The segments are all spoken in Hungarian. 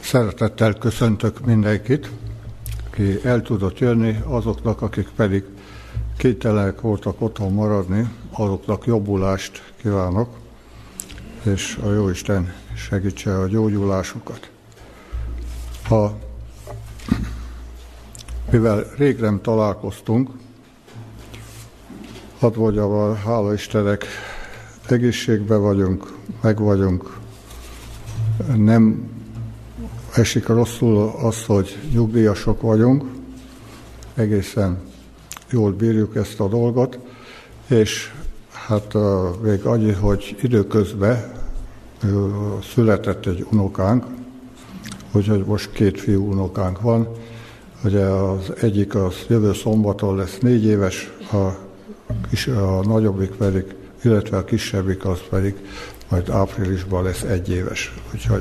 Szeretettel köszöntök mindenkit, aki el tudott jönni, azoknak, akik pedig kénytelenek voltak otthon maradni, azoknak jobbulást kívánok, és a Jóisten segítse a gyógyulásukat. Mivel rég nem találkoztunk, hadd mondjam, hála Istennek, egészségben vagyunk, meg vagyunk, nem esik rosszul az, hogy nyugdíjasok vagyunk, egészen jól bírjuk ezt a dolgot, és hát még annyi, hogy időközben született egy unokánk, úgyhogy most 2 fiú unokánk van, ugye az egyik az jövő szombaton lesz 4 éves, a nagyobbik pedig, illetve a kisebbik az pedig majd áprilisban lesz 1 éves, úgyhogy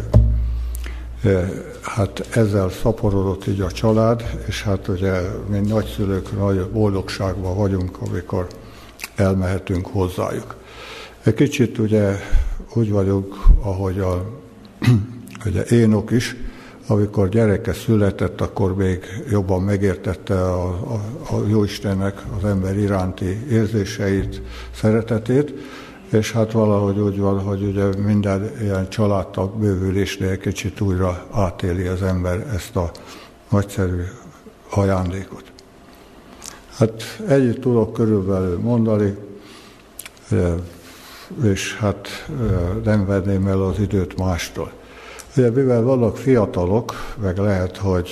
hát ezzel szaporodott így a család, és hát ugye mi nagyszülők nagy boldogságban vagyunk, amikor elmehetünk hozzájuk. Egy kicsit ugye úgy vagyunk, ahogy ugye Énok is, amikor gyereke született, akkor még jobban megértette a Jóistennek az ember iránti érzéseit, szeretetét, és hát valahogy úgy van, hogy ugye minden ilyen családtag bővülésnél kicsit újra átéli az ember ezt a nagyszerű ajándékot. Hát ennyit tudok körülbelül mondani, és hát nem venném el az időt mástól. Ugye mivel vannak fiatalok, meg lehet, hogy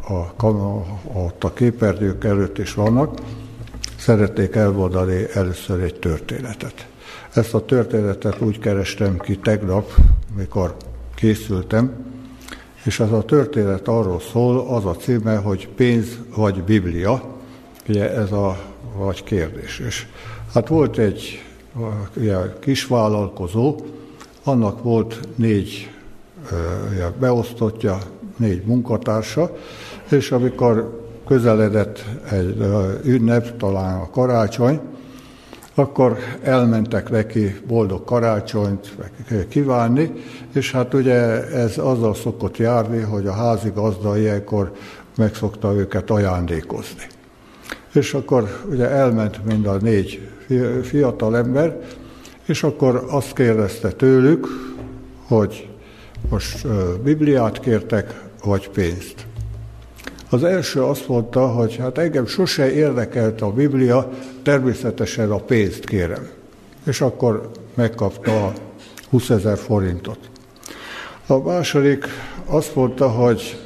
a képernyők előtt is vannak, szeretnék elmondani először egy történetet. Ezt a történetet úgy kerestem ki tegnap, mikor készültem, és ez a történet arról szól, az a címe, hogy pénz vagy Biblia, ugye ez a vagy kérdés. És hát volt egy kisvállalkozó, annak volt 4 beosztottja, 4 munkatársa, és amikor közeledett egy ünnep, talán a karácsony, akkor elmentek neki boldog karácsonyt kívánni, és hát ugye ez azzal szokott járni, hogy a házigazda ilyenkor meg szokta őket ajándékozni. És akkor ugye elment mind a 4 fiatal ember, és akkor azt kérdezte tőlük, hogy most Bibliát kértek, vagy pénzt. Az első azt mondta, hogy hát engem sose érdekelt a Biblia, természetesen a pénzt kérem. És akkor megkapta a 20 000 forintot. A második azt mondta, hogy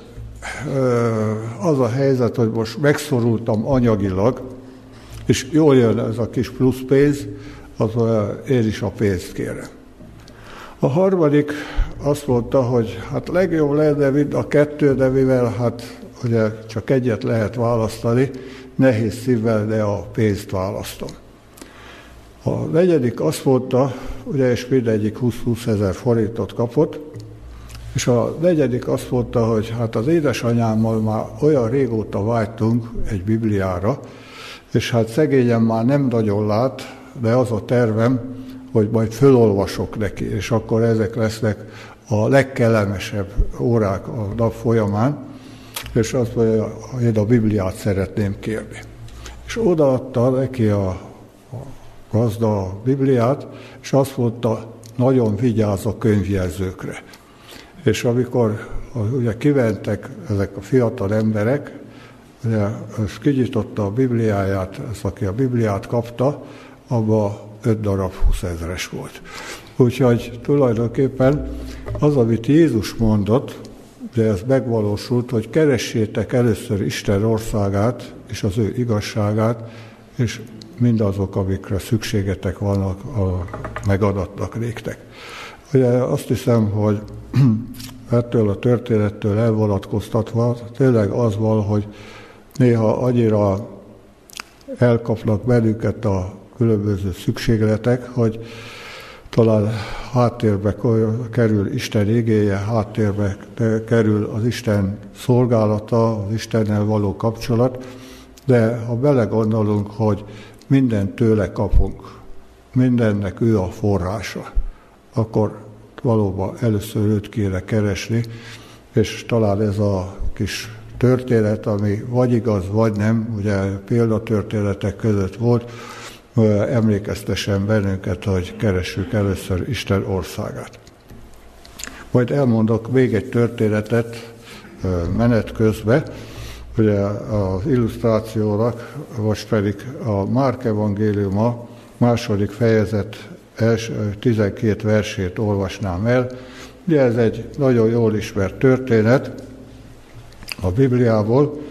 az a helyzet, hogy most megszorultam anyagilag, és jól jön ez a kis plusz pénz, az én is a pénzt kérem. A harmadik azt mondta, hogy hát legjobb lenne mind a 2, de mivel hát ugye csak egyet lehet választani, nehéz szívvel, de a pénzt választom. A negyedik azt mondta, ugye, és mindegyik 20 000 forintot kapott, és a negyedik azt mondta, hogy hát az édesanyámmal már olyan régóta vágytunk egy Bibliára, és hát szegényen már nem nagyon lát, de az a tervem, hogy majd fölolvasok neki, és akkor ezek lesznek a legkellemesebb órák a nap folyamán, és azt mondja, hogy én a Bibliát szeretném kérni. És odaadta neki a gazda a Bibliát, és azt mondta, nagyon vigyázz a könyvjelzőkre. És amikor ugye kiventek ezek a fiatal emberek, ugye, és kinyitotta a Bibliáját, ez aki a Bibliát kapta, abban 5 darab 20 000-es volt. Úgyhogy tulajdonképpen az, amit Jézus mondott, de ez megvalósult, hogy keressétek először Isten országát és az ő igazságát, és mindazok, amikre szükségetek vannak, megadatnak néktek. Ugye azt hiszem, hogy ettől a történettől elvonatkoztatva tényleg az van, hogy néha annyira elkapnak bennünket a különböző szükségletek, hogy talán háttérbe kerül Isten igéje, háttérbe kerül az Isten szolgálata, az Istennel való kapcsolat, de ha belegondolunk, hogy mindent tőle kapunk, mindennek ő a forrása, akkor valóban először őt kéne keresni, és talán ez a kis történet, ami vagy igaz, vagy nem, ugye példatörténetek között volt, emlékeztessen bennünket, hogy keressük először Isten országát. Majd elmondok még egy történetet menet közben, ugye az illusztrációnak most pedig a Márk evangéliuma második fejezet 12 versét olvasnám el. Ugye ez egy nagyon jól ismert történet a Bibliából.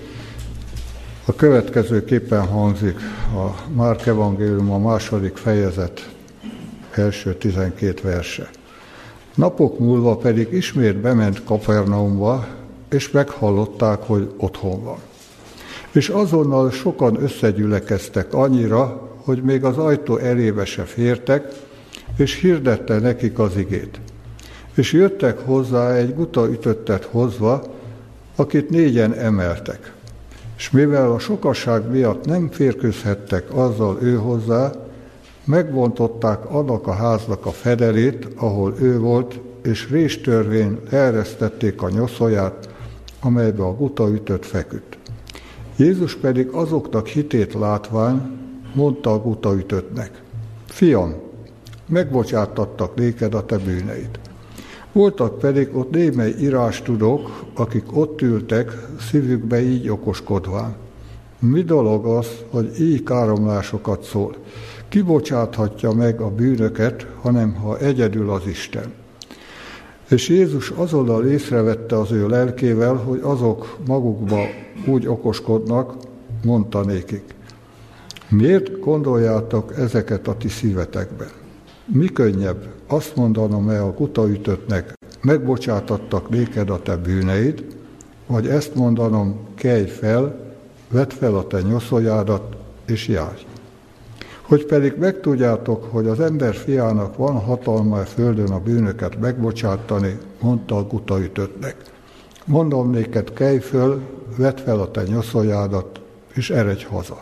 A következőképpen hangzik a Márk evangéliuma második fejezet első 12 verse. Napok múlva pedig ismét bement Kapernaumba, és meghallották, hogy otthon van. És azonnal sokan összegyülekeztek annyira, hogy még az ajtó elébe se fértek, és hirdette nekik az igét. És jöttek hozzá egy guta ütöttet hozva, akit 4-en emeltek. És mivel a sokaság miatt nem férkőzhettek azzal ő hozzá, megbontották annak a háznak a fedelét, ahol ő volt, és réstörvén leeresztették a nyoszóját, amelybe a guta ütött feküdt. Jézus pedig azoknak hitét látván mondta a guta ütöttnek: Fiam, megbocsátattak néked a te bűneid. Voltak pedig ott némely írástudók, akik ott ültek, szívükbe így okoskodván: mi dolog az, hogy így káromlásokat szól? Ki bocsáthatja meg a bűnöket, hanem ha egyedül az Isten? És Jézus azonnal észrevette az ő lelkével, hogy azok magukba úgy okoskodnak, mondta nékik: miért gondoljátok ezeket a ti szívetekben? Mi könnyebb azt mondanom-e a gutaütöttnek: megbocsátattak néked a te bűneid, vagy ezt mondanom: kelj fel, vedd fel a te nyoszójádat, és járj. Hogy pedig megtudjátok, hogy az ember fiának van hatalma a földön a bűnöket megbocsátani, mondta a gutaütöttnek. Mondom néked, kelj föl, vedd fel a te nyoszójádat, és eredj haza.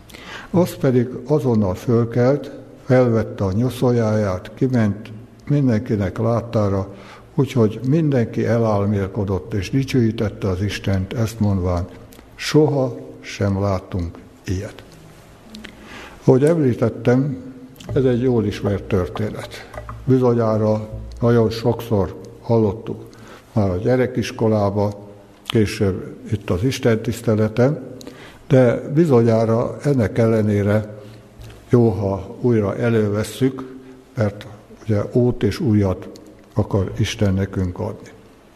Az pedig azonnal fölkelt, felvette a nyoszójáját, kiment mindenkinek láttára, úgyhogy mindenki elálmélkodott, és dicsőítette az Istent, ezt mondván: soha sem láttunk ilyet. Ahogy említettem, ez egy jól ismert történet. Bizonyára nagyon sokszor hallottuk már a gyerekiskolában, később itt az istentiszteleten, de bizonyára ennek ellenére jó, ha újra elővesszük, mert ugye ót és újat akar Isten nekünk adni.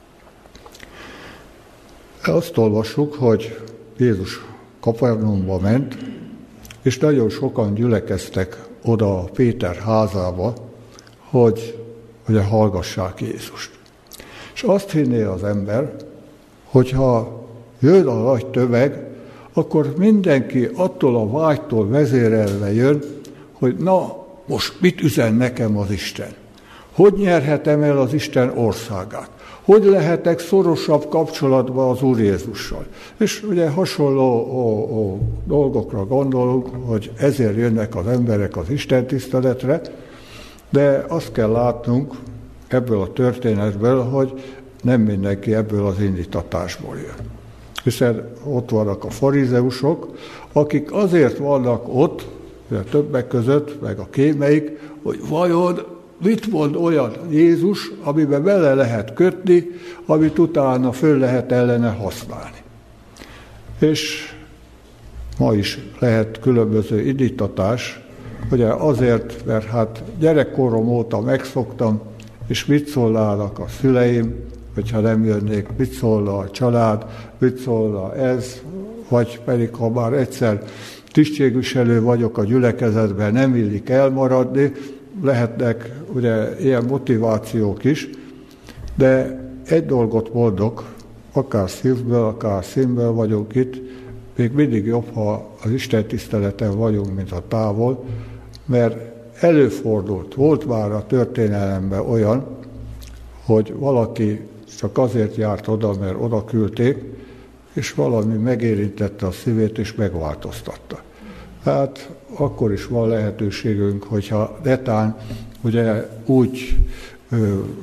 Azt olvassuk, hogy Jézus Kapernaumba ment, és nagyon sokan gyülekeztek oda a Péter házába, hogy ugye hallgassák Jézust. És azt hinné az ember, hogyha jön a nagy tömeg, akkor mindenki attól a vágytól vezérelve jön, hogy na, most mit üzen nekem az Isten? Hogy nyerhetem el az Isten országát? Hogy lehetek szorosabb kapcsolatban az Úr Jézussal? És ugye hasonló dolgokra gondolunk, hogy ezért jönnek az emberek az Isten tiszteletre, de azt kell látnunk ebből a történetből, hogy nem mindenki ebből az indítatásból jön. Hiszen ott vannak a farizeusok, akik azért vannak ott, többek között, meg a kémeik, hogy vajon mit mond olyan Jézus, amiben bele lehet kötni, amit utána föl lehet ellene használni. És ma is lehet különböző indítatás, ugye azért, mert hát gyerekkorom óta megszoktam, és mit szólnának a szüleim, hogyha nem jönnék, mit szólna a család, mit szólna ez, vagy pedig ha már egyszer tisztségviselő vagyok a gyülekezetben, nem illik elmaradni, lehetnek ugye ilyen motivációk is, de egy dolgot mondok, akár szívből, akár színből vagyunk itt, még mindig jobb, ha az Isten tiszteleten vagyunk, mint a távol, mert előfordult, volt már a történelemben olyan, hogy valaki csak azért járt oda, mert oda küldték, és valami megérintette a szívét, és megváltoztatta. Hát akkor is van lehetőségünk, hogyha netán ugye úgy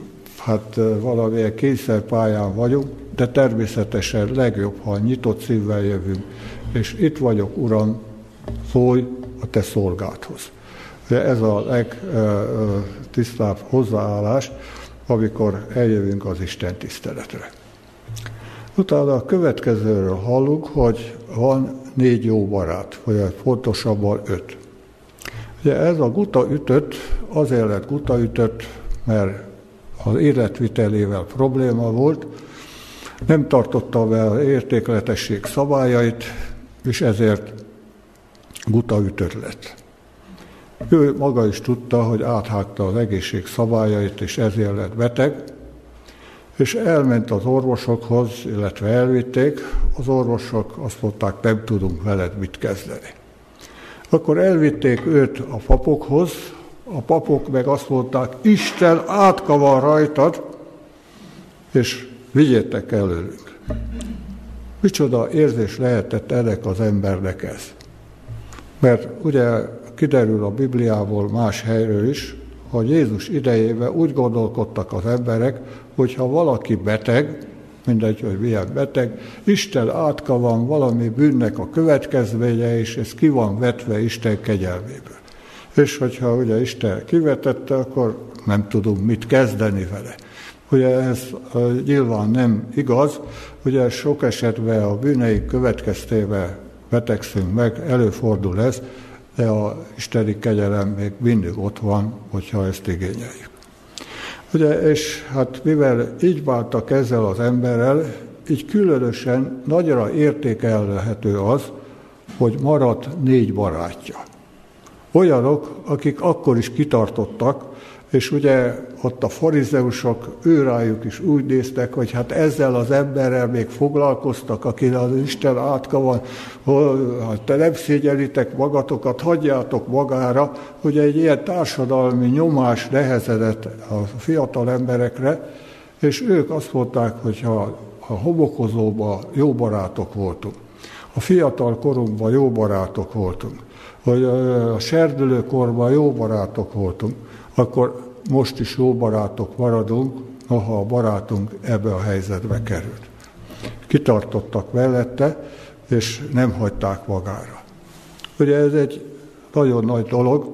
hát valamilyen kényszerpályán vagyunk, de természetesen legjobb, ha nyitott szívvel jövünk. És itt vagyok, Uram, szólj a te szolgádhoz. Ez a legtisztább hozzáállás, amikor eljövünk az Isten tiszteletre. Utána a következőről hallunk, hogy van 4 jó barát, vagy pontosabban 5. Ugye ez a gutaütött azért lett gutaütött, mert az életvitelével probléma volt, nem tartotta be az értékletesség szabályait, és ezért gutaütött lett. Ő maga is tudta, hogy áthágta az egészség szabályait, és ezért lett beteg, és elment az orvosokhoz, illetve elvitték, az orvosok azt mondták, nem tudunk veled mit kezdeni. Akkor elvitték őt a papokhoz, a papok meg azt mondták, Isten átka van rajtad, és vigyétek előlünk. Micsoda érzés lehetett ennek az embernek ez? Mert ugye kiderül a Bibliából más helyről is, hogy Jézus idejében úgy gondolkodtak az emberek, hogyha valaki beteg, mindegy, hogy milyen beteg, Isten átka van valami bűnnek a következménye, és ez ki van vetve Isten kegyelméből. És hogyha ugye Isten kivetette, akkor nem tudunk mit kezdeni vele. Ugye ez nyilván nem igaz, ugye sok esetben a bűneink következtében betegszünk meg, előfordul ez, de a isteni kegyelem még mindig ott van, hogyha ezt igényeljük. Ugye, és hát mivel így bántak ezzel az emberrel, így különösen nagyra értékelhető az, hogy maradt 4 barátja. Olyanok, akik akkor is kitartottak, és ugye ott a farizeusok, őrájuk is úgy néztek, hogy hát ezzel az emberrel még foglalkoztak, akinek az Isten átka van, hát te nem szégyelitek magatokat, hagyjátok magára, hogy egy ilyen társadalmi nyomás nehezedett a fiatal emberekre, és ők azt mondták, hogy ha a homokozóban jó barátok voltunk, a fiatal korunkban jó barátok voltunk, hogy a serdülőkorban jó barátok voltunk, akkor most is jó barátok maradunk, noha a barátunk ebbe a helyzetbe került. Kitartottak mellette, és nem hagyták magára. Ugye ez egy nagyon nagy dolog,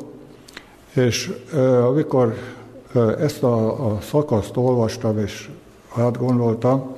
és amikor ezt a szakaszt olvastam, és átgondoltam,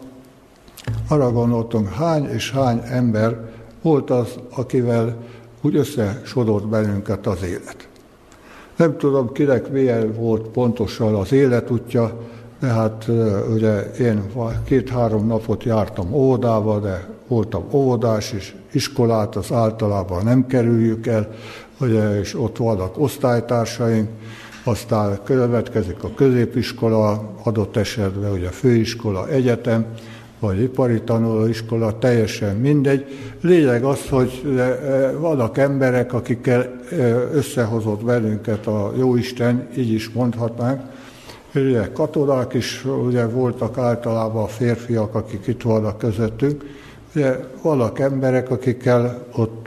arra gondoltam, hány és hány ember volt az, akivel úgy összesodort bennünket az élet. Nem tudom, kinek milyen volt pontosan az életútja, de hát ugye én 2-3 napot jártam óvodába, de voltam óvodás, és iskolát az általában nem kerüljük el, ugye, és ott vannak osztálytársaink, aztán következik a középiskola, adott esetben ugye főiskola, egyetem, vagy ipari tanulóiskola, teljesen mindegy. Lényeg az, hogy vannak emberek, akikkel összehozott bennünket a Jóisten, így is mondhatnánk. Ugye katonák is ugye voltak általában a férfiak, akik itt vannak közöttünk. Ugye vannak emberek, akikkel ott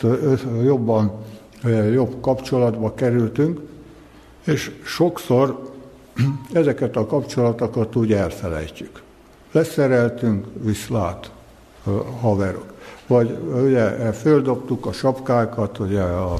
jobb kapcsolatba kerültünk, és sokszor ezeket a kapcsolatokat úgy elfelejtjük. Leszereltünk, viszlát, haverok. Vagy ugye földobtuk a sapkákat, ugye a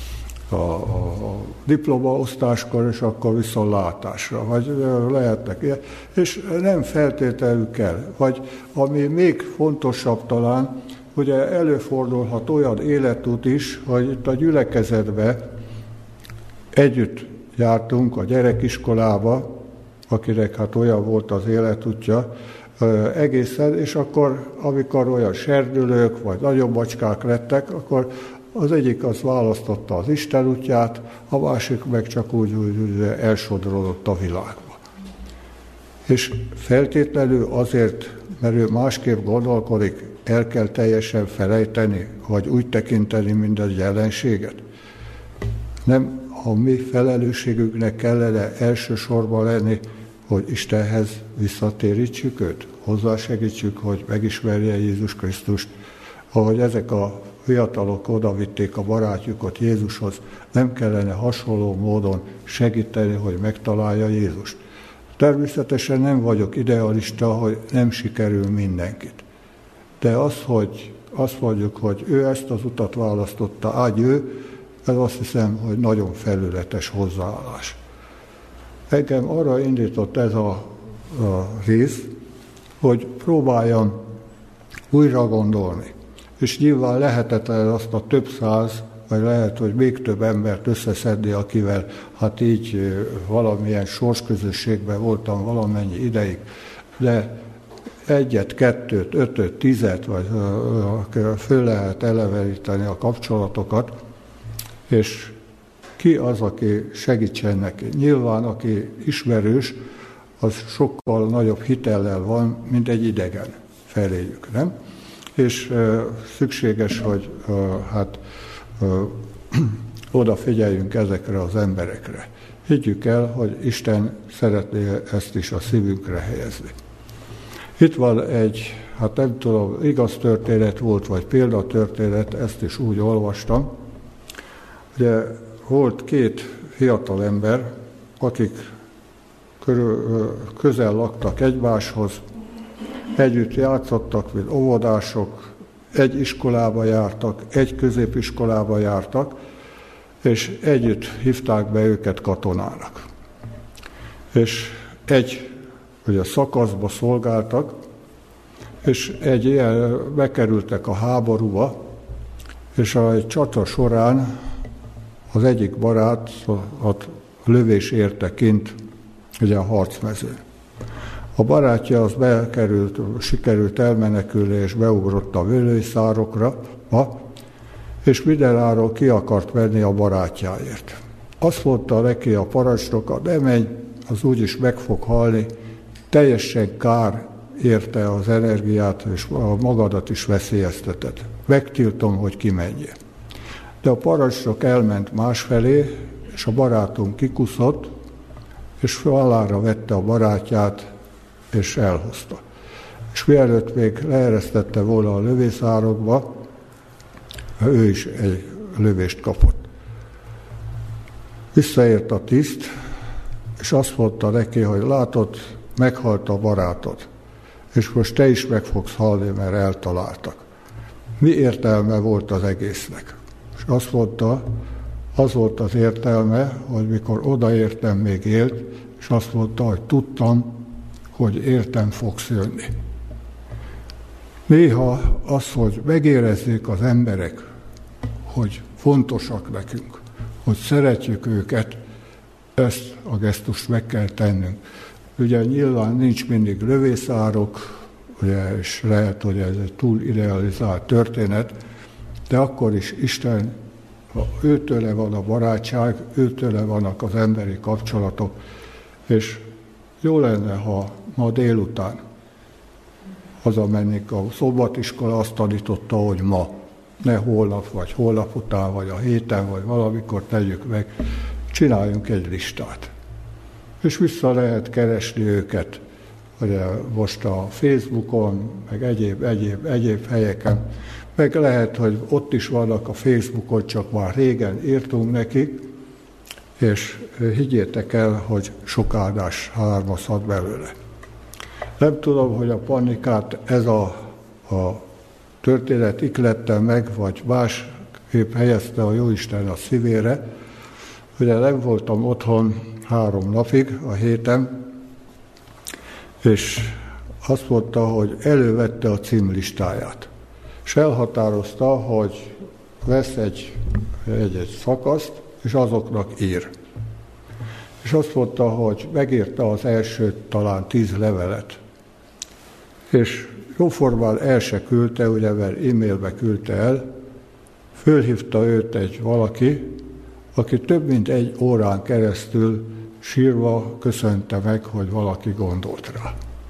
diplomaosztáskor, és akkor viszontlátásra, vagy lehetnek ilyen, és nem feltétlenül kell. Vagy ami még fontosabb talán, ugye előfordulhat olyan életút is, hogy itt a gyülekezetben együtt jártunk a gyerekiskolába, akinek hát olyan volt az életútja egészen, és akkor, amikor olyan serdülők vagy nagyobb macskák lettek, akkor az egyik az választotta az Isten útját, a másik meg csak úgy elsodródott a világba. És feltétlenül azért, mert ő másképp gondolkodik, el kell teljesen felejteni, vagy úgy tekinteni minden jelenséget. Nem a mi felelősségünknek kellene elsősorban lenni, hogy Istenhez visszatérítsük őt, hozzásegítsük, hogy megismerje Jézus Krisztust, ahogy ezek a fiatalok odavitték a barátjukat Jézushoz, nem kellene hasonló módon segíteni, hogy megtalálja Jézust. Természetesen nem vagyok idealista, hogy nem sikerül mindenkit. De az, hogy azt mondjuk, hogy ő ezt az utat választotta, ő, ez azt hiszem, hogy nagyon felületes hozzáállás. Engem arra indított ez a rész, hogy próbáljam újra gondolni. És nyilván lehetetlen azt a több száz, vagy lehet, hogy még több embert összeszedni, akivel hát így valamilyen sorsközösségben voltam valamennyi ideig, de egyet, kettőt, ötöt, 10, vagy föl lehet eleveníteni a kapcsolatokat, és ki az, aki segítsen neki. Nyilván, aki ismerős, az sokkal nagyobb hitellel van, mint egy idegen feléjük, nem? És szükséges, hogy odafigyeljünk ezekre az emberekre. Higgyük el, hogy Isten szeretné ezt is a szívünkre helyezni. Itt van egy, nem tudom, igaz történet volt, vagy példatörténet, ezt is úgy olvastam. Ugye volt 2 fiatal ember, akik közel laktak egymáshoz, együtt játszottak, mint óvodások, egy iskolába jártak, egy középiskolába jártak, és együtt hívták be őket katonának. És hogy a szakaszba szolgáltak, és bekerültek a háborúba, és egy csata során az egyik barát lövés érte kint, ugye a harcmezőn. A barátja az sikerült elmenekülni, és beugrott a völgyszárokra, és mindenáron ki akart menni a barátjáért. Azt mondta neki a parancsnok, ne menj, az úgyis meg fog halni, teljesen kár érte az energiát, és a magadat is veszélyezteted. Megtiltom, hogy kimenjél. De a parancsnok elment másfelé, és a barátunk kikuszott, és vállára vette a barátját, és elhozta. És mielőtt még leeresztette volna a lövészárokba, ő is egy lövést kapott. Visszaért a tiszt, és azt mondta neki, hogy látod, meghalt a barátod, és most te is meg fogsz halni, mert eltaláltak. Mi értelme volt az egésznek? És azt mondta, az volt az értelme, hogy mikor odaértem, még élt, és azt mondta, hogy tudtam, hogy értem fogsz jönni. Néha az, hogy megérezzék az emberek, hogy fontosak nekünk, hogy szeretjük őket, ezt a gesztust meg kell tennünk. Ugye nyilván nincs mindig lövészárok, ugye, és lehet, hogy ez egy túl idealizált történet, de akkor is Isten, őtőle van a barátság, őtőle vannak az emberi kapcsolatok, és jó lenne, ha ma délután hazamennénk, a szombatiskola azt tanította, hogy ma, ne holnap, vagy holnap után, vagy a héten, vagy valamikor tegyük meg, csináljunk egy listát. És vissza lehet keresni őket, ugye most a Facebookon, meg egyéb helyeken, meg lehet, hogy ott is vannak a Facebookon, csak már régen írtunk nekik, és higgyétek el, hogy sok áldás származhat belőle. Nem tudom, hogy a Pannikát ez a történet iklette meg, vagy másképp helyezte a Jóisten a szívére. Ugye nem voltam otthon 3 napig a héten, és azt mondta, hogy elővette a címlistáját. És elhatározta, hogy vesz egy szakaszt, és azoknak ír. És azt mondta, hogy megírta az első talán 10 levelet. És jóformán el se küldte, ugye, mert e-mailbe küldte el, fölhívta őt valaki, aki több mint 1 órán keresztül sírva köszönte meg, hogy valaki gondolt rá.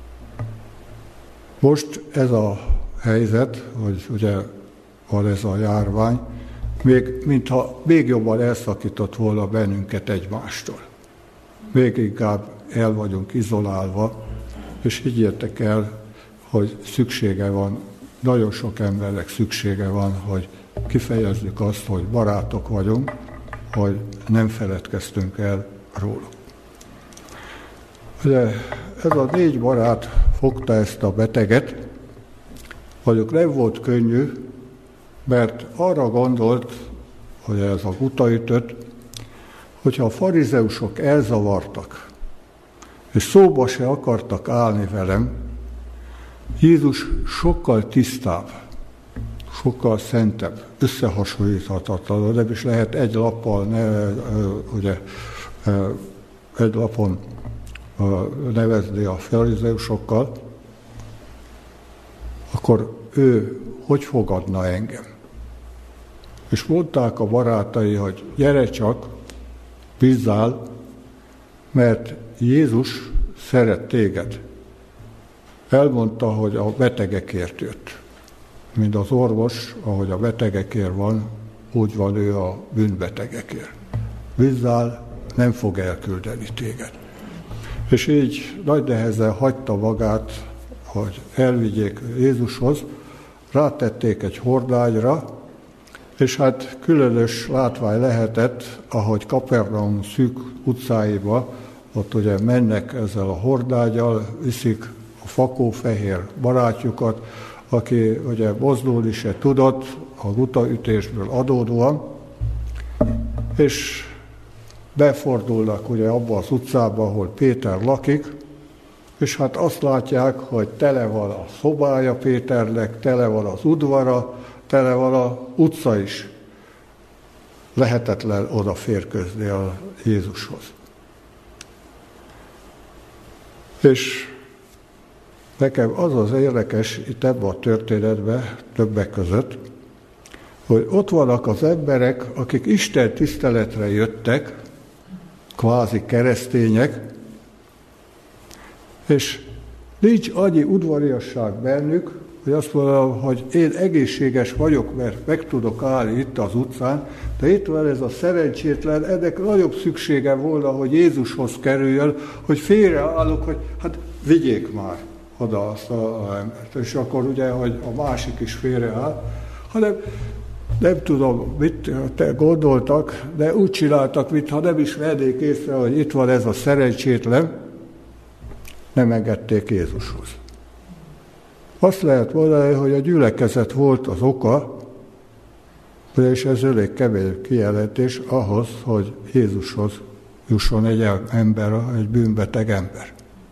Most ez a helyzet, hogy ugye van ez a járvány, mintha még jobban elszakított volna bennünket egymástól. Még inkább el vagyunk izolálva, és higgyétek el, hogy szüksége van, nagyon sok embernek szüksége van, hogy kifejezzük azt, hogy barátok vagyunk, hogy nem feledkeztünk el róluk. Ugye ez a 4 barát fogta ezt a beteget, vagyok nem volt könnyű, mert arra gondolt, hogy ez a gutaütött, hogyha a farizeusok elzavartak, és szóba se akartak állni velem, Jézus sokkal tisztább, sokkal szentebb, összehasonlíthatatlan, nem is lehet egy lappal, egy lapon nevezni a farizeusokkal, akkor ő hogy fogadna engem? És mondták a barátai, hogy gyere csak, bízzál, mert Jézus szeret téged. Elmondta, hogy a betegekért jött. Mint az orvos, ahogy a betegekért van, úgy van ő a bűnbetegekért. Bízzál, nem fog elküldeni téged. És így nagy nehezen hagyta magát, hogy elvigyék Jézushoz, rátették egy hordágyra, és hát különös látvány lehetett, ahogy Kapernaum szűk utcáiba, ott ugye mennek ezzel a hordágyal, viszik a fakófehér barátjukat, aki ugye mozdulni se tudott a gutaütésből adódóan, és befordulnak ugye abba az utcába, ahol Péter lakik, és hát azt látják, hogy tele van a szobája Péternek, tele van az udvara, tele van az utca is. Lehetetlen odaférkőzni a Jézushoz. És nekem az az érdekes itt ebben a történetben, többek között, hogy ott vannak az emberek, akik Isten tiszteletre jöttek, kvázi keresztények, és nincs annyi udvariasság bennük, hogy azt mondom, hogy én egészséges vagyok, mert meg tudok állni itt az utcán, de itt van ez a szerencsétlen, ennek nagyobb szüksége volna, hogy Jézushoz kerüljön, hogy félreállok, hogy hát vigyék már oda azt a embert. És akkor ugye, hogy a másik is félreáll, hanem nem tudom, mit te gondoltak, de úgy csináltak, mintha nem is vennék észre, hogy itt van ez a szerencsétlen, nem engedték Jézushoz. Azt lehet mondani, hogy a gyülekezet volt az oka, és ez elég kemény kijelentés ahhoz, hogy Jézushoz jusson egy ember, egy bűnbeteg ember.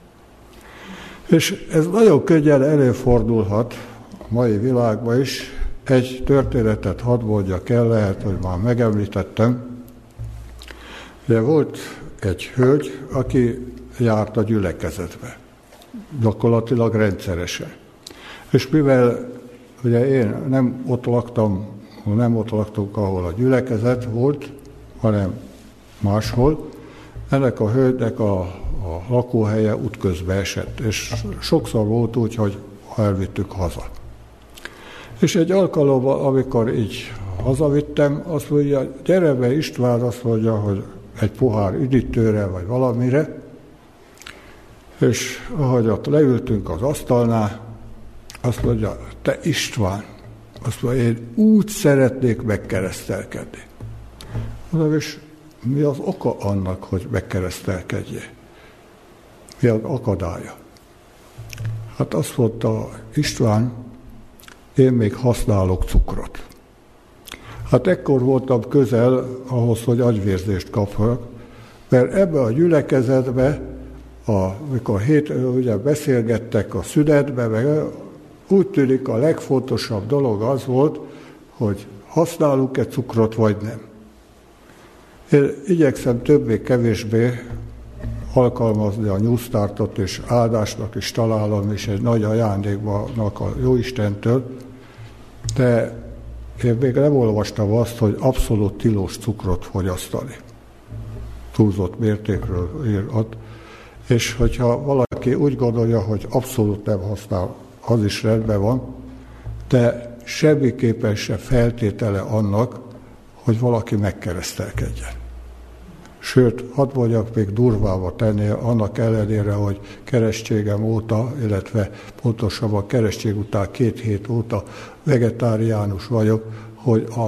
És ez nagyon könnyen előfordulhat a mai világban is. Egy történetet hadd mondjak el, lehet, hogy már megemlítettem. De volt egy hölgy, aki járt a gyülekezetbe, gyakorlatilag rendszeresen. És mivel ugye én nem ott laktunk, ahol a gyülekezet volt, hanem máshol, ennek a hölgynek a lakóhelye útközbe esett, és sokszor volt úgy, hogy elvittük haza. És egy alkalommal, amikor így hazavittem, azt mondja, gyere be István, azt mondja, hogy egy pohár üdítőre, vagy valamire, és ahogy ott leültünk az asztalnál, azt mondja, te István, azt mondja, én úgy szeretnék megkeresztelkedni. Mondom, és mi az oka annak, hogy megkeresztelkedjél? Mi az akadálya? Hát azt mondta István, én még használok cukrot. Hát ekkor voltam közel ahhoz, hogy agyvérzést kapjak, mert ebbe a gyülekezetbe, amikor ugye beszélgettek a szünetbe, meg úgy tűnik a legfontosabb dolog az volt, hogy használunk-e cukrot, vagy nem. Én igyekszem többé-kevésbé alkalmazni a nyúztártot, és áldásnak is találom, és egy nagy ajándéknak a Jóistentől, de én még nem olvastam azt, hogy abszolút tilos cukrot fogyasztani. Túlzott mértékről ír ott. És hogyha valaki úgy gondolja, hogy abszolút nem használ, az is rendben van, de semmiképpen se feltétele annak, hogy valaki megkeresztelkedjen. Sőt, hadd mondjak még durvába tenni, annak ellenére, hogy keresztségem óta, illetve pontosabban keresztség után 2 hét óta vegetáriánus vagyok, hogy a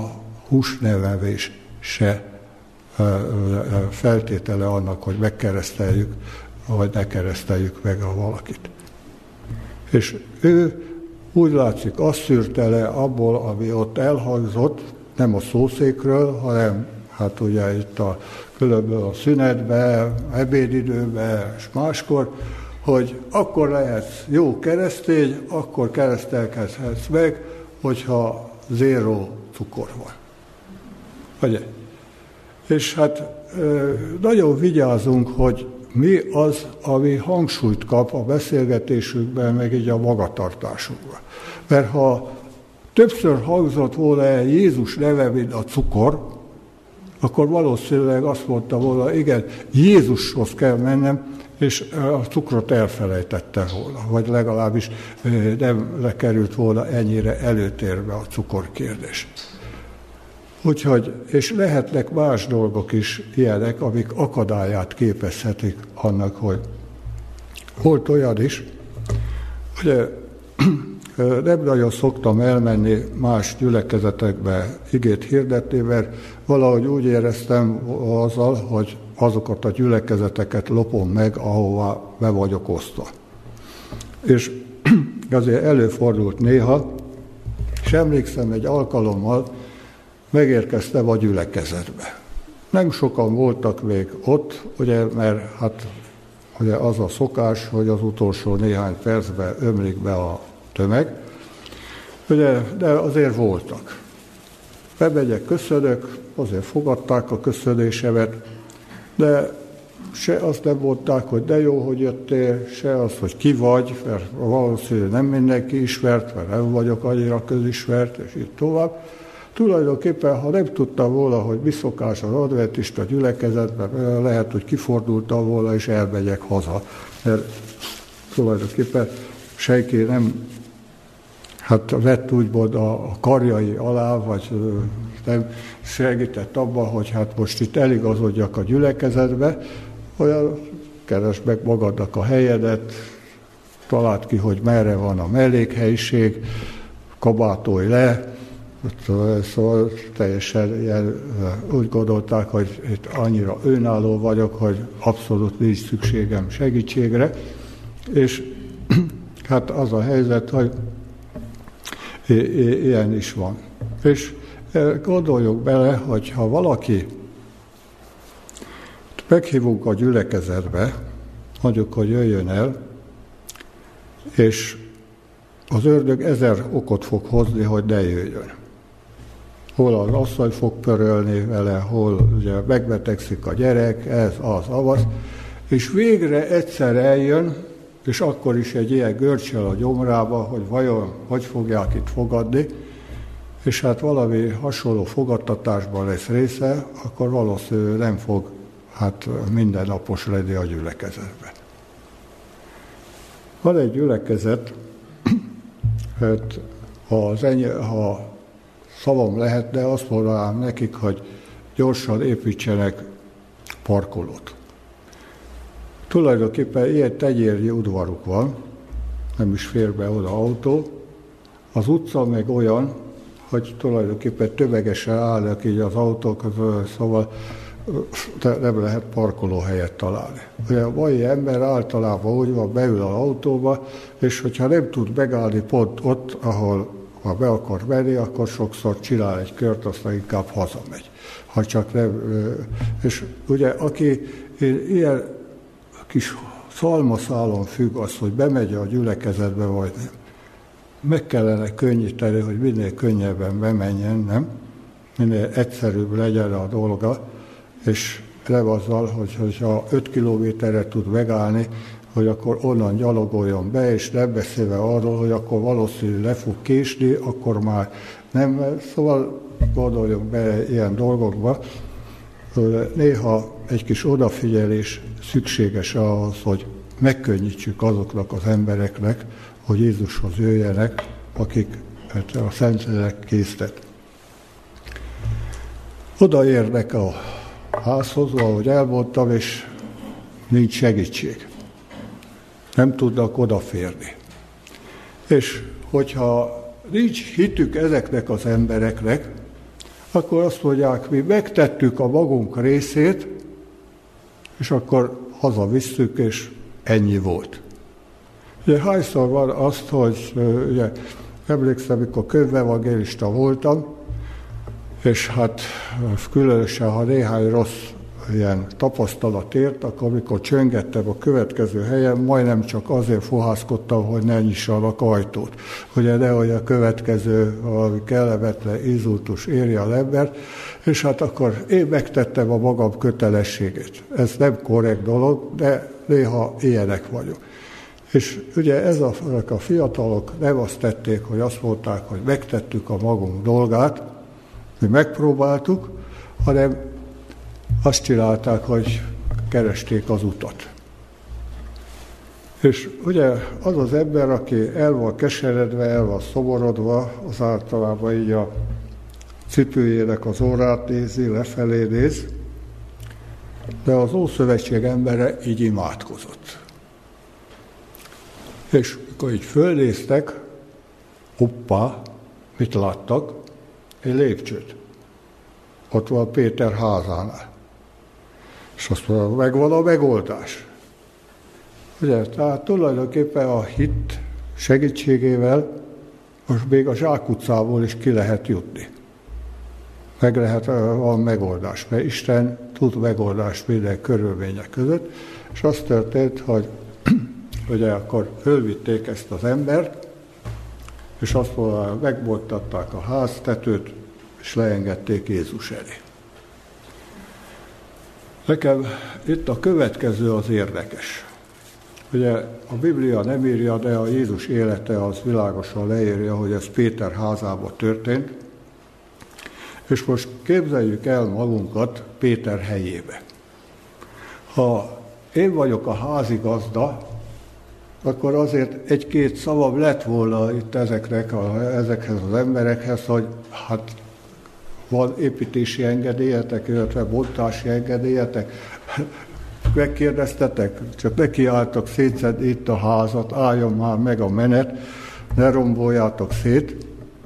húsnevevés se feltétele annak, hogy megkereszteljük vagy ne kereszteljük meg a valakit. És ő úgy látszik, azt szűrte le abból, ami ott elhangzott, nem a szószékről, hanem hát ugye itt a különböző a szünetbe, ebédidőbe és máskor, hogy akkor lehetsz jó keresztény, akkor keresztelkedhetsz meg, hogyha zéró cukor van. Ugye? És hát nagyon vigyázunk, hogy mi az, ami hangsúlyt kap a beszélgetésünkben, meg így a magatartásunkban. Mert ha többször hangzott volna el Jézus neve, mint a cukor, akkor valószínűleg azt mondta volna, igen, Jézushoz kell mennem, és a cukrot elfelejtette volna, vagy legalábbis nem lekerült volna ennyire előtérbe a cukorkérdés. Úgyhogy, és lehetnek más dolgok is ilyenek, amik akadályát képezhetik annak, hogy volt olyan is, hogy nem nagyon szoktam elmenni más gyülekezetekbe igét hirdetni, mert valahogy úgy éreztem azzal, hogy azokat a gyülekezeteket lopom meg, ahová be vagyok osztva. És azért előfordult néha, és emlékszem egy alkalommal, megérkeztem a gyülekezetbe. Nem sokan voltak még ott, ugye, mert hát ugye az a szokás, hogy az utolsó néhány percben ömlik be a tömeg, ugye, de azért voltak. Bemegyek, köszönök, azért fogadták a köszönésemet, de se azt nem mondták, hogy de jó, hogy jöttél, se azt, hogy ki vagy, mert valószínűleg nem mindenki ismert, mert nem vagyok annyira közismert, és így tovább. Tulajdonképpen, ha nem tudtam volna, hogy mi szokás az adventista gyülekezetben, lehet, hogy kifordultam volna, és elmegyek haza. Mert tulajdonképpen senki nem vett úgymond a karjai alá, vagy nem segített abban, hogy hát most itt eligazodjak a gyülekezetbe, olyan keresd meg magadnak a helyedet, találd ki, hogy merre van a mellékhelyiség, kabátolj le, szóval teljesen ilyen, úgy gondolták, hogy itt annyira önálló vagyok, hogy abszolút nincs szükségem segítségre, és hát az a helyzet, hogy ilyen is van. És gondoljuk bele, hogy ha valaki meghívunk a gyülekezetbe, mondjuk, hogy jöjjön el, és az ördög 1000 okot fog hozni, hogy ne jöjjön. Hol az asszony fog pörölni vele, hol ugye megbetegszik a gyerek, ez, az, és végre egyszer eljön, és akkor is egy ilyen görcsel a gyomrába, hogy vajon hogy fogják itt fogadni, és hát valami hasonló fogadtatásban lesz része, akkor valószínűleg nem fog mindennapos lenni a gyülekezetben. Van egy gyülekezet, hát ha szavam lehetne, azt mondanám nekik, hogy gyorsan építsenek parkolót. Tulajdonképpen ilyen tegyérnyi udvaruk van, nem is fér be oda autó. Az utca meg olyan, hogy tulajdonképpen tömegesen állnak így az autók, szóval nem lehet parkolóhelyet találni. Ugye a mai ember általában úgy van, beül az autóba, és hogyha nem tud megállni pont ott, ahol ha be akar menni, akkor sokszor csinál egy kört, aztán inkább hazamegy. Ha csak nem, és ugye aki ilyen kis szalmaszálon függ az, hogy bemegy a gyülekezetbe, vagy nem. Meg kellene könnyíteni, hogy minél könnyebben bemenjen, nem? Minél egyszerűbb legyen a dolga, és nem azzal, hogyha 5 kilométerre tud megállni, hogy akkor onnan gyalogoljon be, és nem beszélve arról, hogy akkor valószínűleg le fog késni, akkor már nem. Szóval gondoljunk be ilyen dolgokba. Néha egy kis odafigyelés szükséges ahhoz, hogy megkönnyítsük azoknak az embereknek, hogy Jézushoz jöjjenek, akik a Szentlélek késztet. Odaérnek a házhoz, ahogy elmondtam, és nincs segítség. Nem tudnak odaférni. És hogyha nincs hitük ezeknek az embereknek, akkor azt mondják, mi megtettük a magunk részét, és akkor hazavisszük, és ennyi volt. Ugye hányszor van azt, hogy ugye, emlékszem, amikor könyvevangélista voltam, és hát különösen, ha néhány rossz ilyen tapasztalat ért, akkor amikor csöngettem a következő helyen, majdnem csak azért fohászkodtam, hogy ne nyissanak ajtót. Ugye nehogy a következő valami kellemetlen inzultus érje az embert, és hát akkor én megtettem a magam kötelességét. Ez nem korrekt dolog, de néha ilyenek vagyok. És ugye ezek a fiatalok nem azt tették, hogy azt mondták, hogy megtettük a magunk dolgát, mi megpróbáltuk, hanem azt csinálták, hogy keresték az utat. És ugye az az ember, aki el van keseredve, el van szomorodva, az általában így a cipőjének az órát nézi, lefelé néz, de az Ószövetség embere így imádkozott. És amikor így fölnéztek, hoppá, mit láttak? Egy lépcsőt. Ott van Péter házánál. És azt mondja, megvan a megoldás. Ugye, tehát tulajdonképpen a hit segítségével most még a zsákutcából is ki lehet jutni. Meg lehet, van megoldás, mert Isten tud megoldást minden körülmények között, és az történt, hogy ugye akkor fölvitték ezt az embert, és azt mondja, megbontották a háztetőt, és leengedték Jézus elé. Nekem itt a következő az érdekes. Ugye a Biblia nem írja, de a Jézus élete az világosan leírja, hogy ez Péter házában történt, és most képzeljük el magunkat Péter helyébe. Ha én vagyok a házigazda, akkor azért egy-két szavam lett volna itt ezekhez az emberekhez, hogy hát van építési engedélyetek, illetve bontási engedélyetek, megkérdeztetek, csak nekiálltak szétszedni itt a házat, álljon már meg a menet, ne romboljátok szét.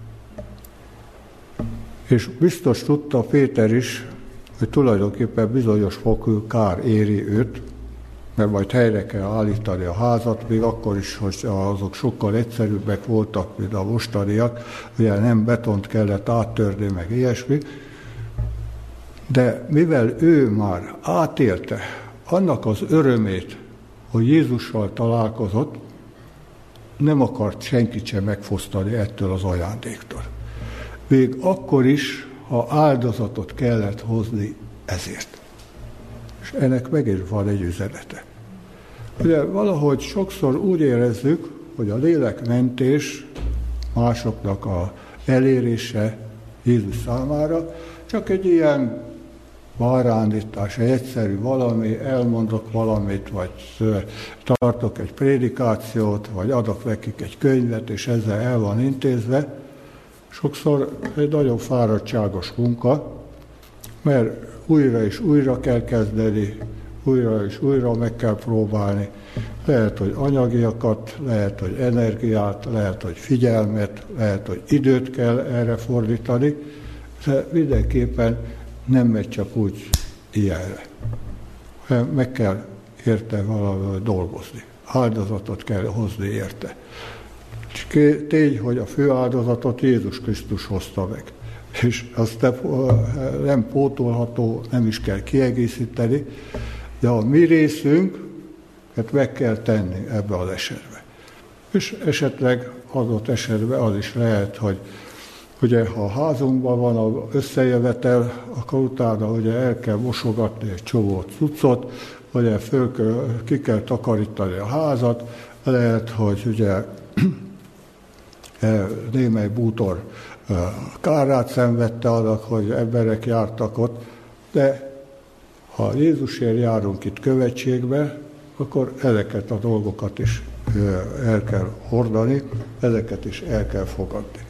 És biztos tudta Péter is, hogy tulajdonképpen bizonyos fokú kár éri őt, mert majd helyre kell állítani a házat, még akkor is, hogy azok sokkal egyszerűbbek voltak, mint a mostaniak, ugye nem betont kellett áttörni, meg ilyesmi, de mivel ő már átélte annak az örömét, hogy Jézussal találkozott, nem akart senkit sem megfosztani ettől az ajándéktól. Még akkor is, ha áldozatot kellett hozni ezért. És ennek megint van egy üzenete. Ugye valahogy sokszor úgy érezzük, hogy a lélekmentés másoknak a elérése Jézus számára csak egy ilyen bárányítás, egy egyszerű valami, elmondok valamit, vagy tartok egy prédikációt, vagy adok nekik egy könyvet, és ezzel el van intézve. Sokszor egy nagyon fáradtságos munka, mert újra és újra kell kezdeni, újra és újra meg kell próbálni. Lehet, hogy anyagiakat, lehet, hogy energiát, lehet, hogy figyelmet, lehet, hogy időt kell erre fordítani, de mindenképpen nem megy csak úgy ilyenre. Meg kell érte valahogy dolgozni. Áldozatot kell hozni érte. Tény, hogy a fő áldozatot Jézus Krisztus hozta meg. És azt nem pótolható, nem is kell kiegészíteni, de a mi részünket meg kell tenni ebbe az esetbe. És esetleg adott esetben az is lehet, hogy ugye, ha a házunkban van az összejövetel, akkor utána ugye el kell mosogatni egy csomó cuccot, ugye ki kell takarítani a házat, lehet, hogy ugye némely bútor kárát szenvedte annak, hogy emberek jártak ott, de ha Jézusért járunk itt követségbe, akkor ezeket a dolgokat is el kell hordani, ezeket is el kell fogadni.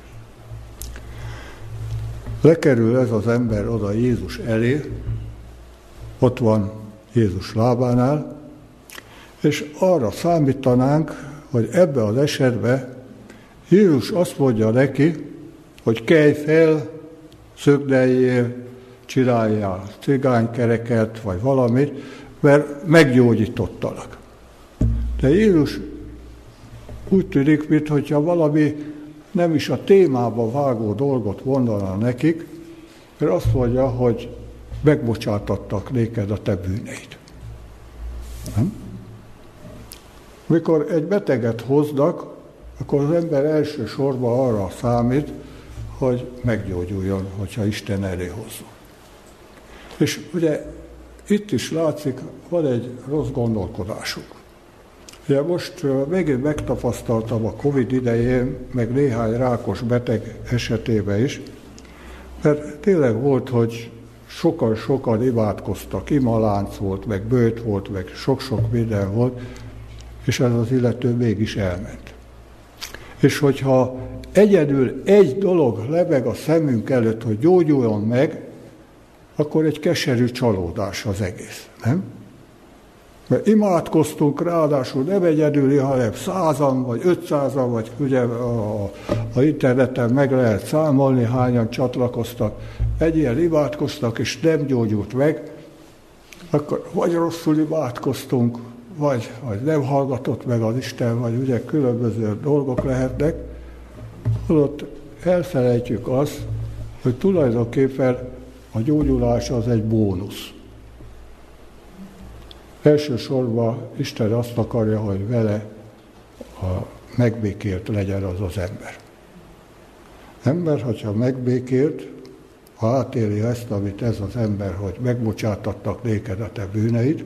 Lekerül ez az ember oda Jézus elé, ott van Jézus lábánál, és arra számítanánk, hogy ebbe az esetben Jézus azt mondja neki, hogy kelj fel, szögdeljél, csináljál cigánykereket, vagy valamit, mert meggyógyítottalak. De Jézus úgy tűnik, mintha valami nem is a témába vágó dolgot mondana nekik, mert azt mondja, hogy megbocsátattak néked a te bűneid. Nem? Mikor egy beteget hoznak, akkor az ember elsősorban arra számít, hogy meggyógyuljon, hogyha Isten elé hozzuk. És ugye itt is látszik, van egy rossz gondolkodásuk. Ugye most megint megtapasztaltam a Covid idején, meg néhány rákos beteg esetében is, mert tényleg volt, hogy sokan imádkoztak, imalánc volt, meg bőt volt, meg sok-sok minden volt, és ez az illető mégis elment. És hogyha egyedül egy dolog lebeg a szemünk előtt, hogy gyógyuljon meg, akkor egy keserű csalódás az egész, nem? Mert imádkoztunk, ráadásul nem egyedüli, hanem 100-an, vagy 500-an, vagy ugye a interneten meg lehet számolni, hányan csatlakoztak, egy ilyen imádkoztak, és nem gyógyult meg, akkor vagy rosszul imádkoztunk, vagy nem hallgatott meg az Isten, vagy ugye különböző dolgok lehetnek, holott elfelejtjük azt, hogy tulajdonképpen a gyógyulás az egy bónusz. Elsősorban Isten azt akarja, hogy vele megbékélt legyen az az ember. Ember, hogyha megbékélt, ha átéli ezt, amit ez az ember, hogy megbocsátattak néked a te bűneid,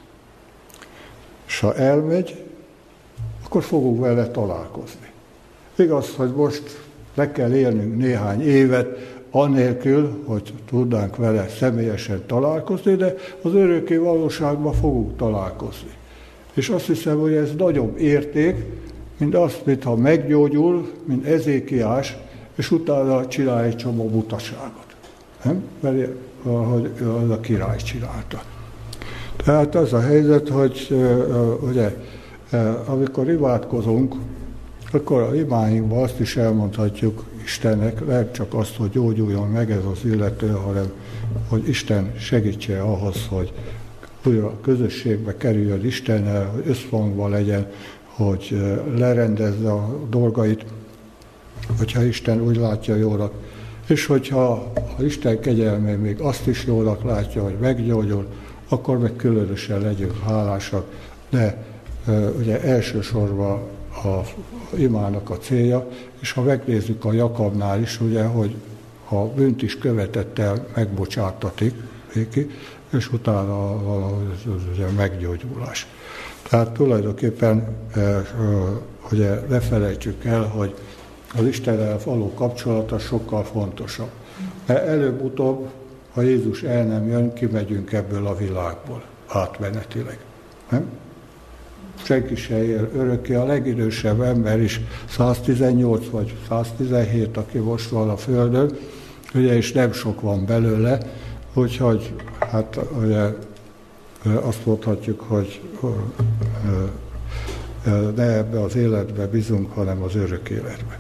és ha elmegy, akkor fogunk vele találkozni. Igaz, hogy most le kell élnünk néhány évet, anélkül, hogy tudnánk vele személyesen találkozni, de az örökké valóságban fogunk találkozni. És azt hiszem, hogy ez nagyobb érték, mint azt, mintha meggyógyul, mint Ezékiás, és utána csinál egy csomó butaságot. Nem? Mert ahogy az a király csinálta. Tehát az a helyzet, hogy ugye, amikor imádkozunk, akkor a imáinkban azt is elmondhatjuk Istennek, nem csak azt, hogy gyógyuljon meg ez az illető, hanem hogy Isten segítse ahhoz, hogy újra közösségbe kerüljön Istennel, hogy összhangban legyen, hogy lerendezze a dolgait, hogyha Isten úgy látja jónak. És hogyha Isten kegyelme még azt is jónak látja, hogy meggyógyul, akkor meg különösen legyünk hálásak, de ugye elsősorban a imának a célja, és ha megnézzük a Jakabnál is, ugye, hogy a bűnt is követett el, megbocsátatik ki, és utána ugye meggyógyulás. Tehát tulajdonképpen ugye ne felejtsük el, hogy az Istennel való kapcsolata sokkal fontosabb. Mert előbb-utóbb, ha Jézus el nem jön, kimegyünk ebből a világból, átmenetileg. Nem? Senki se él örökké, a legidősebb ember is 118 vagy 117, aki most van a Földön, ugye, és nem sok van belőle, úgyhogy hát ugye, azt mondhatjuk, hogy ne ebbe az életbe bízunk, hanem az örök életbe.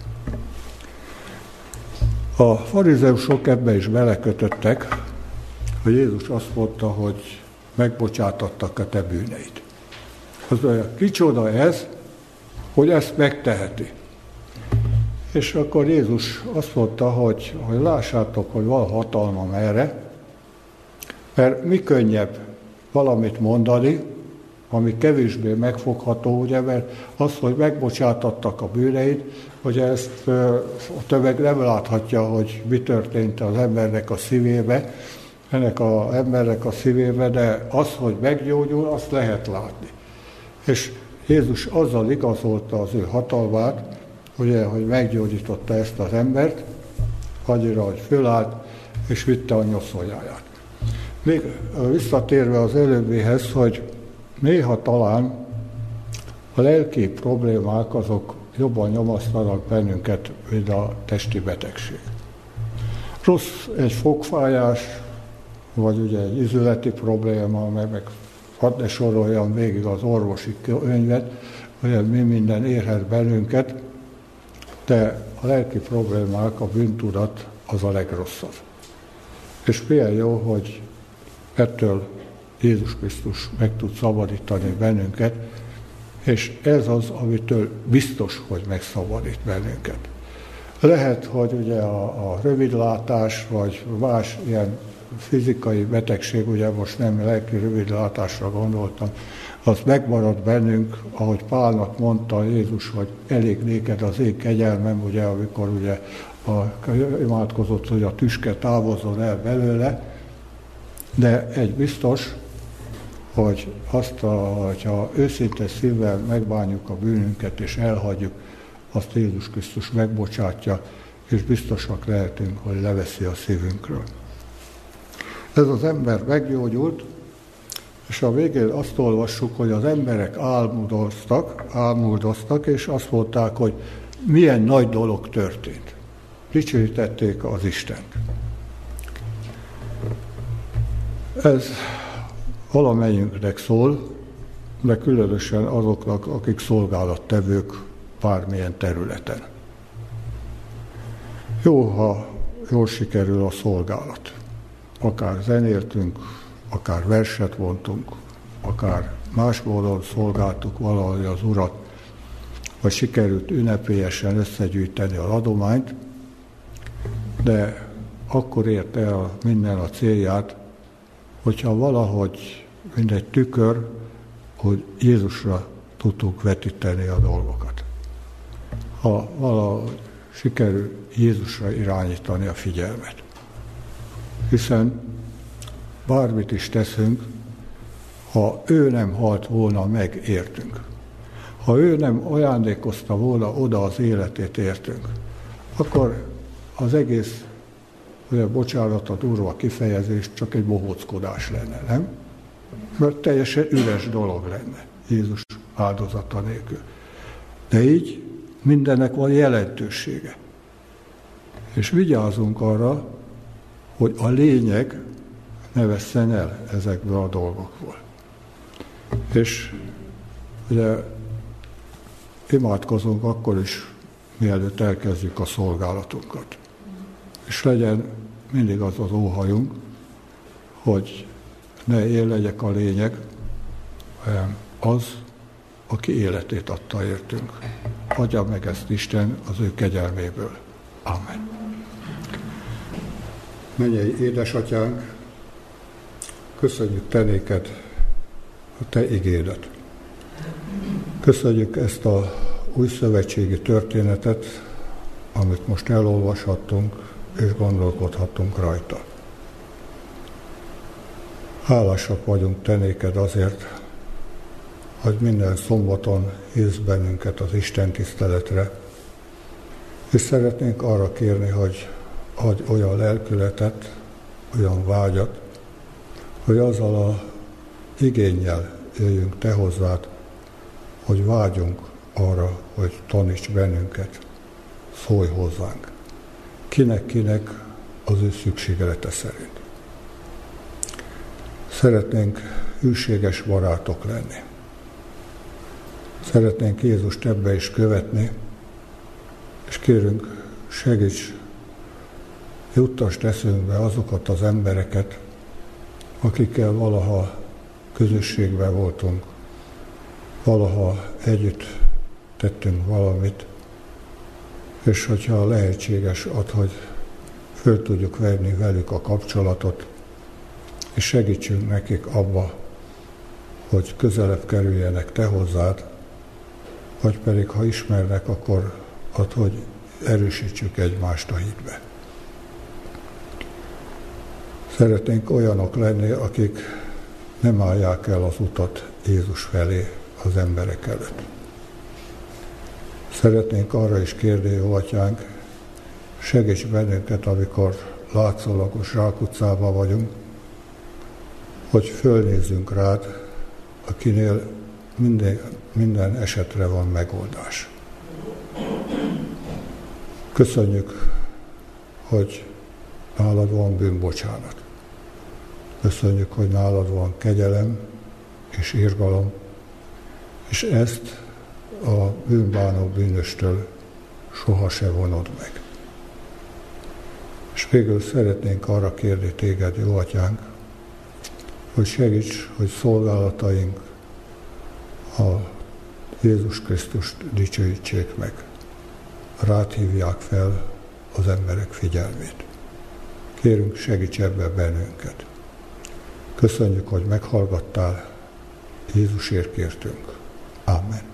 A farizeusok ebbe is belekötöttek, hogy Jézus azt mondta, hogy megbocsátattak a te bűneid. Az olyan, kicsoda ez, hogy ezt megteheti. És akkor Jézus azt mondta, hogy lássátok, hogy van hatalmam erre, mert mi könnyebb valamit mondani, ami kevésbé megfogható, ugye, mert az, hogy megbocsátattak a bűneid, hogy ezt a tömeg nem láthatja, hogy mi történt az embernek a szívébe, ennek az embernek a szívébe, de az, hogy meggyógyul, azt lehet látni. És Jézus azzal igazolta az ő hatalmát, ugye, hogy meggyógyította ezt az embert, annyira, hogy fölállt, és vitte a nyoszoljáját. Még visszatérve az előbbihez, hogy néha talán a lelki problémák azok jobban nyomasztanak bennünket, mint a testi betegség. Rossz egy fogfájás, vagy ugye egy izületi probléma, meg hadd ne soroljam végig az orvosi könyvet, hogy mi minden érhet bennünket, de a lelki problémák, a bűntudat az a legrosszabb. És milyen jó, hogy ettől Jézus Krisztus meg tud szabadítani bennünket, És ez az, amitől biztos, hogy megszabadít bennünket. Lehet, hogy ugye a rövidlátás, vagy más ilyen fizikai betegség, ugye most nem lelki rövidlátásra gondoltam, az megmarad bennünk, ahogy Pálnak mondta Jézus, hogy elég néked az én kegyelmem, ugye, amikor ugye imádkozott, hogy a tüske távozzon el belőle, de egy biztos, hogy hogyha őszinte szívvel megbánjuk a bűnünket és elhagyjuk, azt Jézus Krisztus megbocsátja, és biztosak lehetünk, hogy leveszi a szívünkről. Ez az ember meggyógyult, és a végén azt olvassuk, hogy az emberek álmodoztak, és azt mondták, hogy milyen nagy dolog történt. Dicsőítették az Istent. Ez valamelyünknek szól, de különösen azoknak, akik szolgálattevők bármilyen területen. Jó, ha jól sikerül a szolgálat. Akár zenéltünk, akár verset vontunk, akár más módon szolgáltuk valahogy az Urat, vagy sikerült ünnepélyesen összegyűjteni az adományt, de akkor ért el minden a célját, hogyha valahogy, mint egy tükör, hogy Jézusra tudtuk vetíteni a dolgokat. Ha valahogy sikerül Jézusra irányítani a figyelmet. Hiszen bármit is teszünk, ha ő nem halt volna meg, értünk. Ha ő nem ajándékozta volna oda az életét, értünk, akkor az egész, ugye bocsánat a durva kifejezés, csak egy bohóckodás lenne, nem? Mert teljesen üres dolog lenne Jézus áldozata nélkül. De így mindennek van jelentősége. És vigyázzunk arra, hogy a lényeg ne vesszen el ezekből a dolgokból. És ugye imádkozunk akkor is, mielőtt elkezdjük a szolgálatunkat. És legyen mindig az az óhajunk, hogy ne én legyek a lényeg, hanem az, aki életét adta értünk. Adja meg ezt Isten az ő kegyelméből. Amen. Mennyei édesatyánk, köszönjük te néked a te igédet. Köszönjük ezt a új szövetségi történetet, amit most elolvashattunk, és gondolkodhattunk rajta. Hálásak vagyunk te néked azért, hogy minden szombaton hívsz bennünket az Isten tiszteletre, és szeretnénk arra kérni, hogy adj olyan lelkületet, olyan vágyat, hogy azzal a igénnyel jöjjünk te hozzád, hogy vágyunk arra, hogy taníts bennünket, szólj hozzánk. Kinek az ő szükséglete szerint. Szeretnénk hűséges barátok lenni. Szeretnénk Jézust ebbe is követni, és kérünk, segíts, juttasd eszünkbe azokat az embereket, akikkel valaha közösségben voltunk, valaha együtt tettünk valamit, és hogyha lehetséges, hogy föl tudjuk venni velük a kapcsolatot, és segítsünk nekik abba, hogy közelebb kerüljenek te hozzád, vagy pedig, ha ismernek, akkor hogy erősítsük egymást a hitbe. Szeretnénk olyanok lenni, akik nem állják el az utat Jézus felé az emberek előtt. Szeretnénk arra is kérni, jó atyánk, segíts bennünket, amikor látszólagos zsákutcában vagyunk, hogy fölnézzünk rád, akinél minden esetre van megoldás. Köszönjük, hogy nálad van bűnbocsánat. Köszönjük, hogy nálad van kegyelem és irgalom, és ezt a bűnbánó bűnöstől soha se vonod meg. És végül szeretnénk arra kérni téged, jó atyánk, hogy segíts, hogy szolgálataink a Jézus Krisztust dicsőítsék meg. Rád hívják fel az emberek figyelmét. Kérünk, segíts ebben bennünket. Köszönjük, hogy meghallgattál, Jézusért kértünk. Amen.